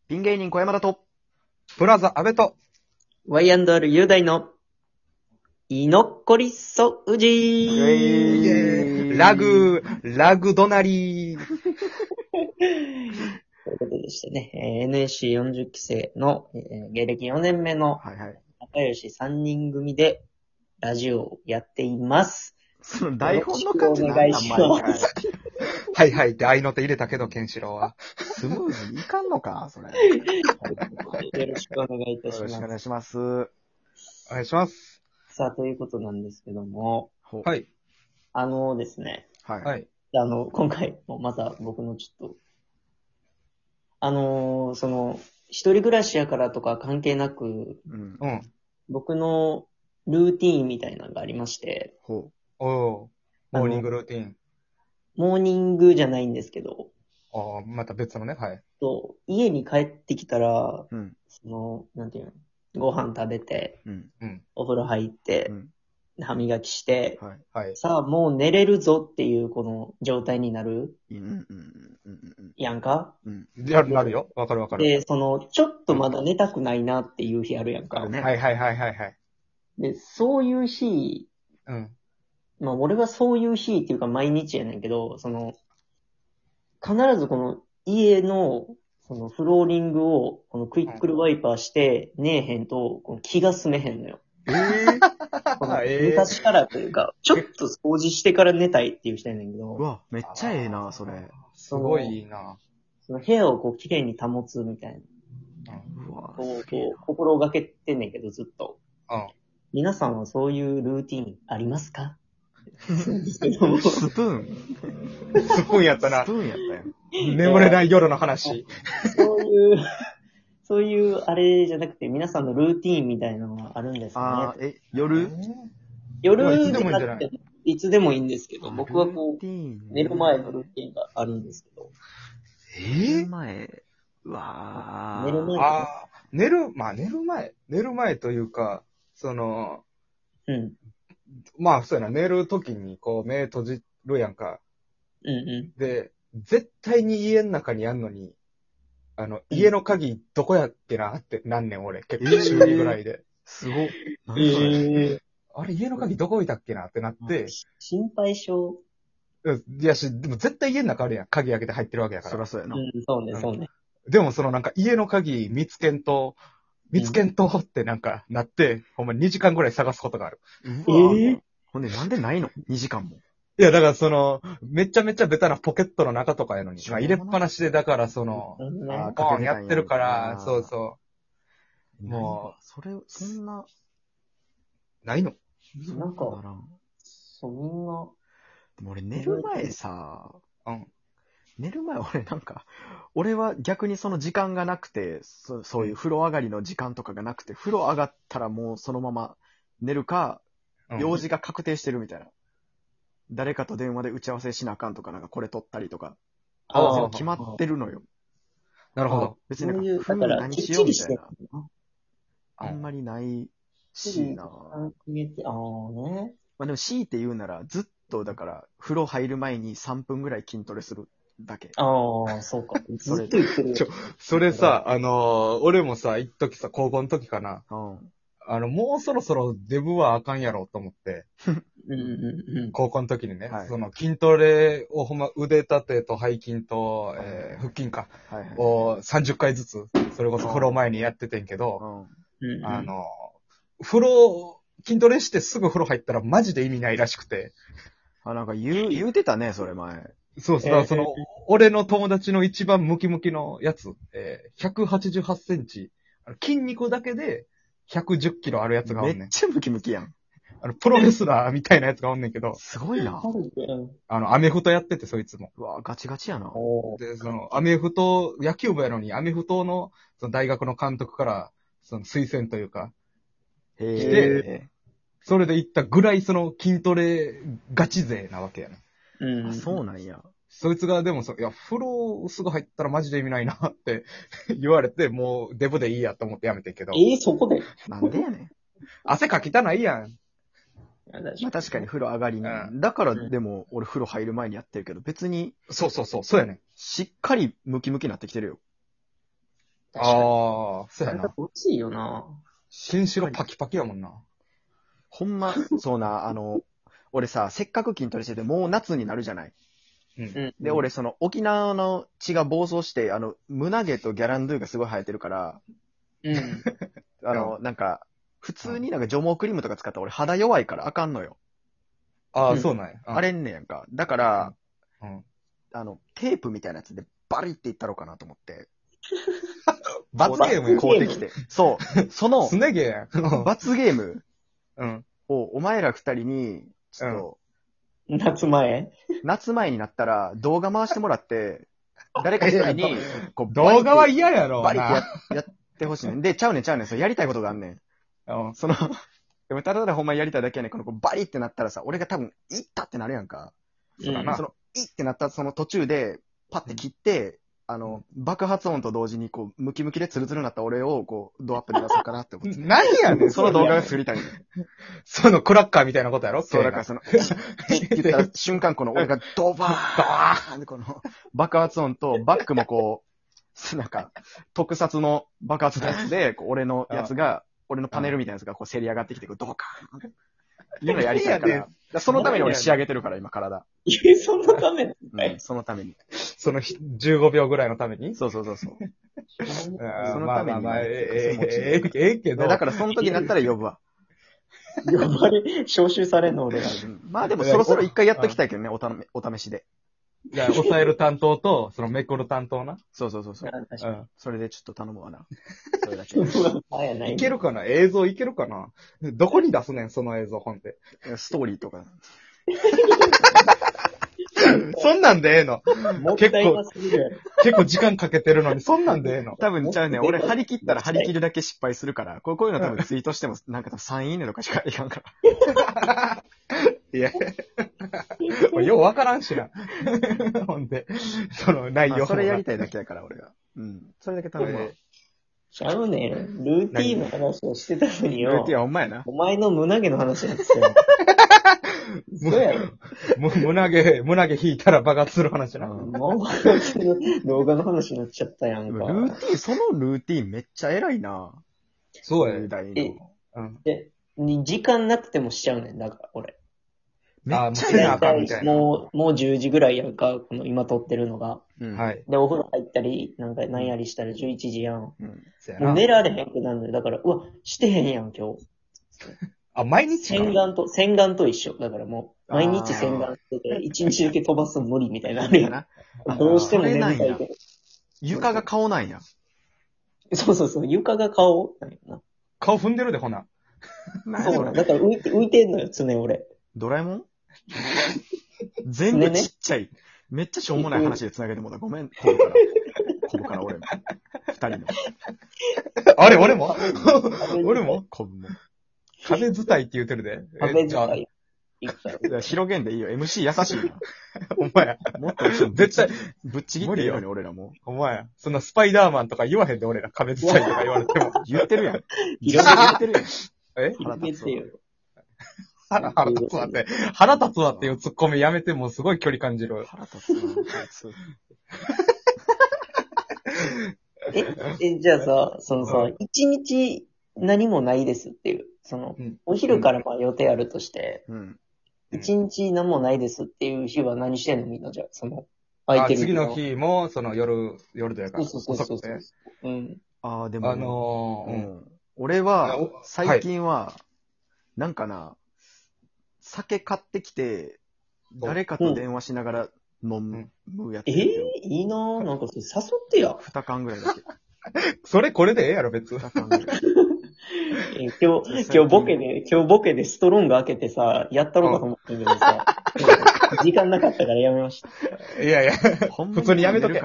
ピン芸人小山田と、 プラザ、安倍と、 Y&R 雄大の居残り掃除イエーイラグ隣。 ということでしてね、NSC40 期生の、芸歴4年目のはいはい。 仲良し3人組でラジオをやっています。 その台本の感じなんなん毎回。 はいはいって愛の手入れたけど、ケンシロウは。 スムーズにいかんのか、それ。 よろしくお願いいたしよろしくおます。 願いします。 お願いします。 さあ、ということなんですけども、 はい。 ですね、 はい。 はい。 今回もまた僕のちょっと、一人暮らしやからとか関係なく、 うん。 うん。 僕のルーティーンみたいなのがありまして、 ほおー。モーニングルーティン。 モーニングじゃないんですけど、 ああ、また別のね。はい。 家に帰ってきたら、 う。うん。 なんていうの、ご飯食べて、 うん。 うん。 お風呂入っうて、 ん。 歯磨きして、 はい。 はい。 さあもう寝れるぞっていうこの状態になるうん。うん。うん。うん。 やんか。 うん。 なるよ。わかるわかる。 で、ちょっとまだ寝たくないなっていう日あるやんか。 あるね。 はいはいはいはいはい。 で、そういう日、 うん。 まあ俺はそういう日っていうか毎日やねんけど、必ずこの家の、そのフローリングを、このクイックルワイパーして寝えへんと、この気が済めへんのよ。この昔からというか、ちょっと掃除してから寝たいっていう人やねんけど、 うわ、めっちゃええな、それ。 すごいいいな。 その部屋をこう綺麗に保つみたいな、 うわ、 こすげえう心がけてんねんけど、ずっと。 うん。 皆さんはそういうルーティンありますか？ですけどもスプーン。 スプーンやったなスプ。ーンやったよ。 眠れない夜の話。 そういうあれじゃなくて、皆さんのルーティーンみたいなのはあるんですかね。 夜夜いつでもいいんじゃない？ いつでもいいんですけど、僕はこう、寝る前のルーティーンがあるんですけど。 寝る前。うわ寝る前ああ、寝る前というか、 うん。 まあ、そうやな、寝るときにこう目閉じるやんか。 うんで、絶対に家の中にあんのに、家の鍵どこやっけなってなんねん、俺。結構週2ぐらいで。 すごっ。 うん。 何それ。 あれ、家の鍵どこ置いたっけなってなって、 心配性。 いやでも絶対家の中あるやん。鍵開けて入ってるわけやから。 そらそうやな。 そうね、そうね。 でもなんか家の鍵見つけんとってなんかなって、ほんま2時間ぐらい探すことがある。 うわほんで、なんでないの ?2 時間も。 いや、だからめちゃめちゃベタなポケットの中とかやのに、まあ入れっぱなしで、だからあーポーンやってるから、そうう。 そう。もそんな、 ないの？ なんかならん。 そう、みんな、 でも俺寝る前さ、 うん。 寝る前俺は逆にその時間がなくて、そういう風呂上がりの時間とかがなくて、風呂上がったらもうそのまま寝るか、用事が確定してるみたいな。誰かと電話で打ち合わせしなあかんとか、なんかこれ取ったりとか、全部決まってるのよ。 なるほど。 別になんか、 だから、 何きっちしようみたいりしてるな。あんまりないしな。 ああね。 まあでも強いて言うなら、ずっとだから、風呂入る前に3分ぐらい筋トレするだけ。 ああ、そうか。ずっと言ってるよ。 それさ、俺もさ、一時さ、高校の時かな。もうそろそろデブはあかんやろと思って、高校の時にね、 はい筋トレをほんま腕立てと背筋と、腹筋か、を30回ずつ、それこそ風呂前にやっててんけど、筋トレしてすぐ風呂入ったらマジで意味ないらしくて。 なんか言うてたね、それ前。 そうそう、俺の友達の一番ムキムキのやつ、188センチ、筋肉だけで110キロあるやつがおんねん。 めっちゃムキムキやん。 プロレスラーみたいなやつがおんねんけど。 すごいな。 アメフトやってて、そいつも。 うわ、ガチガチやな。 で、アメフト、野球部やのに、アメフトの、大学の監督から、推薦というか、 来て、それで行ったぐらい、筋トレガチ勢なわけやね。 そうなんや。 そいつがでもいや、風呂すぐ入ったらマジで意味ないなって言われて、もうデブでいいやと思ってやめてんけど。 そこでなんでやねん。 汗かきたないやん。 まあ確かに風呂上がりに。だからでも俺風呂入る前にやってるけど、別に。 そうやねん。 しっかりムキムキになってきてるよ。 確かに。 ああ、そうやな。 欲しいよな。 新白パキパキやもんな。 ほんま、そうな、俺さ、せっかく筋トレしてて、もう夏になるじゃない。 うん。 うん。 で、俺、その、沖縄の血が暴走して、胸毛とギャランドゥがすごい生えてるから、 うん。 なんか、普通になんか除毛クリームとか使ったら俺肌弱いからあかんのよ。 ああ、 うんそうなんや。 あれんねやんか。だから、 うん。 テープみたいなやつでバリっていったろうかなと思って。 罰ゲームや。 こうできて。そう。そのす、ねげやん。 罰ゲームうん。 をお前ら二人に、ちょっと、 夏前夏前になったら動画回してもらって、誰か一人に、こう、 動画は嫌やろ。 バリってやってほしいねん。で、ちゃうねん。そうやりたいことがあんねん。 うん。 その、でもただただほんまにやりたいだけやねん。このバリってなったらさ、俺が多分、いったってなるやんか。 そうだなその、いってなったその途中で、パッて切って、爆発音と同時に、こう、ムキムキでツルツルになった俺を、こう、ドアップで出そうかなって思って。 何やねん、 その動画が作りたいねん。 そのクラッカーみたいなことやろそう、だからその、って言った瞬間、この俺がドバーンってこの爆発音とバックもこう、なんか、特撮の爆発のやつで、こう俺のやつが、俺のパネルみたいなやつがこうせり上がってきて、こうドカーンいうのやりたいから。だからそのために俺仕上げてるから、今体。 そのためそのために。 その15秒ぐらいのためにそう。 そそのまあためにまあまあ、ええけど。 だからその時になったら呼ぶわ。 呼ばれ、招集されんの俺ら。 まあでもそろそろ一回やっときたいけどね、お試しで。 じゃあ、抑える担当と、そのめくる担当な。 そう。 確かうん。 それでちょっと頼むわな。それだけ。 に。あやないいけるかな映像いけるかなどこに出すねん、その映像本って。 ストーリーとか。 そんなんでええのもったいなすぎるやろ。 結構時間かけてるのに、そんなんでええの多分ちゃうね。俺張り切ったら張り切るだけ失敗するから、こういうの多分ツイートしても、なんか多分3いいねとかしかいかんから。 いや、ようわからんしな。ほんで、その内容もなそれやりたいだけやから、俺が。それだけ頼むわ。 ちゃうねん。ルーティーンの話をしてたのによルーティン。はほんまやな。 お前の胸毛の話なんですよ。そうやろ。 胸毛引いたら爆発する話な。 もう、動画の話になっちゃったやんか。 そのルーティンめっちゃ偉いな。 そうや 10。代の。 うん。 時間なくてもしちゃうねん。だから、俺。 めっちゃせな偉い。 あかんみたいな。 もう10時ぐらいやんか、この今撮ってるのが。 はい。 で、お風呂入ったり、なんか何やりしたら11時やん。 そうやな。 もう寝られへんくなるのよ。だから、うわ、してへんやん、今日。 あ、毎日洗顔と一緒。だからもう、毎日洗顔してて、1日だけ飛ばすの無理みたいなのあるやん。どうしても眠たいけど。 床が顔なんや。 そう、床が顔なんやな。 顔踏んでるで、ほな。 そうなんだから浮いてんのよ、常俺。 ドラえもん全部ちっちゃい。めっちゃしょうもない話で繋げてもらった。ごめん、こぶから俺も。二人の。 あれ、俺も俺もこぶも。 壁伝いって言うてるで。 壁じゃあ伝い。 広げんでいいよ。MC 優しいな。 お前、 もっと絶対、 ぶっちぎっていいのに、俺らも。 お前、そんなスパイダーマンとか言わへんで、俺ら壁伝いとか言われても。 言ってるやん。 広言ってるやん。 え広げてよ。 腹立つわって。腹立つわっていうツッコミやめて、もうすごい距離感じる。 腹立つな、こいつ。 じゃあさ、そのさ、一日何もないですっていう、その、お昼からまあ予定あるとして、一日何もないですっていう日は何してんのみんなじゃあ、その、空いてる次の日も、その夜というか、 そう。うん。 でも、俺は、最近は、なんかな、酒買ってきて、誰かと電話しながら飲むやつ。 いいなぁ。なんかそれ誘ってや。 2缶ぐらいだけ。 それこれでええやろ、別に。 2缶ぐらい。 今日ボケでストロング開けてさ、やったろうかと思ってんけどさ、時間なかったからやめました。 いやいや、普通にやめとけ。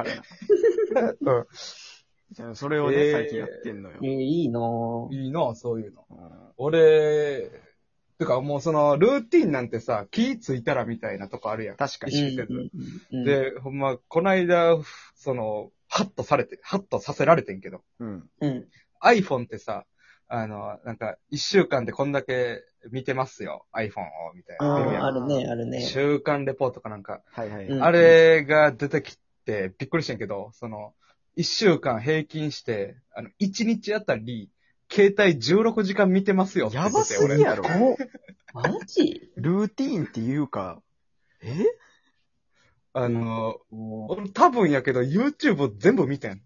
それをね、最近やってんのよ。 いいなぁ。 いいなぁ、そういうの。俺、てかもうその、ルーティンなんてさ、気ついたらみたいなとこあるやん。 確かに。 意識せず。で、ほんま、こないだ、その、ハッとさせられてんけど。iPhone ってさ、なんか、1週間でこんだけ見てますよ、iPhone を、みたいな。 あるね。 週間レポートかなんか。 はい。 あれが出てきて、びっくりしてんけど、その、 1週間平均して、1日あたり、携帯16時間見てますよってや言ってて。 ばすぎやろ。 マジルーティーンっていうか、 俺多分やけど YouTube 全部見てん。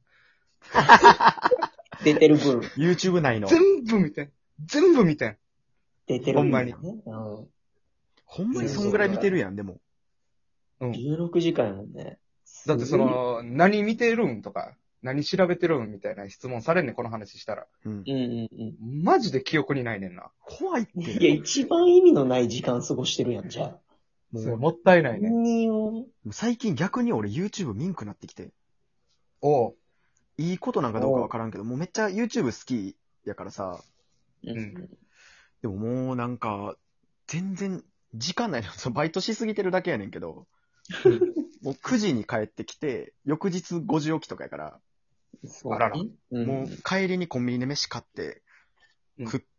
出てる分。 YouTube 内の。 全部見てん。全部見てん。 出てる分。 ほんまに。 ほんまにそんぐらい見てるやん、でも。 16時間やもんね。 だって何見てるんとか、何調べてるんみたいな質問されんねん、この話したら。マジで記憶にないねんな。 怖いって。 いや、一番意味のない時間過ごしてるやん、じゃあ。 もったいないね。 最近逆に俺 YouTube 見んくなってきて。 おう。 いいことなんかどうかわからんけど、もうめっちゃ YouTube 好きやからさ。 うん。 でももうなんか、全然時間ないの。バイトしすぎてるだけやねんけど。もう9時に帰ってきて、翌日5時起きとかやから。 あらら。 もう帰りにコンビニで飯買って、食って、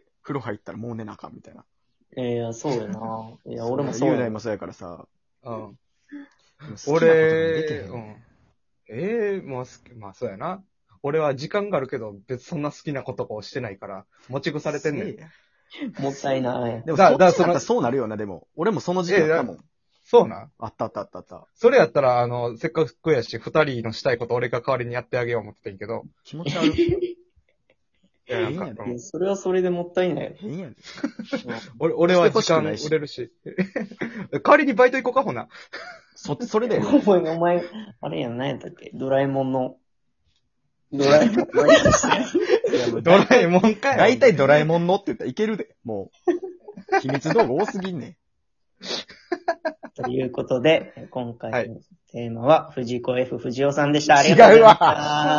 風呂入ったらもう寝なあかんみたいな。 いや、そうやな。いや、俺もそうや。 雄大もそうやからさ。 俺、もうまあそうやな。俺は時間があるけど、別そんな好きなことをしてないから、持ち腐れてんねん。 もったいない。 でもそうなるよな、でも。俺もその時期あったもん。 そうな。 あった。 それやったら、せっかくやし、二人のしたいこと俺が代わりにやってあげよう思ってたんやけど。 気持ち悪い。 それはそれでもったいないよ。 変やで。 俺は時間売れるし。代わりにバイト行こうか、ほな。 それで。 お前、あれやん、何やったっけドラえもんの。ドラえもんかよ。 大体ドラえもんのって言ったらいけるで。もう。秘密道具多すぎんねん。 ということで、今回のテーマは、藤子 F 不二雄さんでした。ありがとうございました。 違うわ。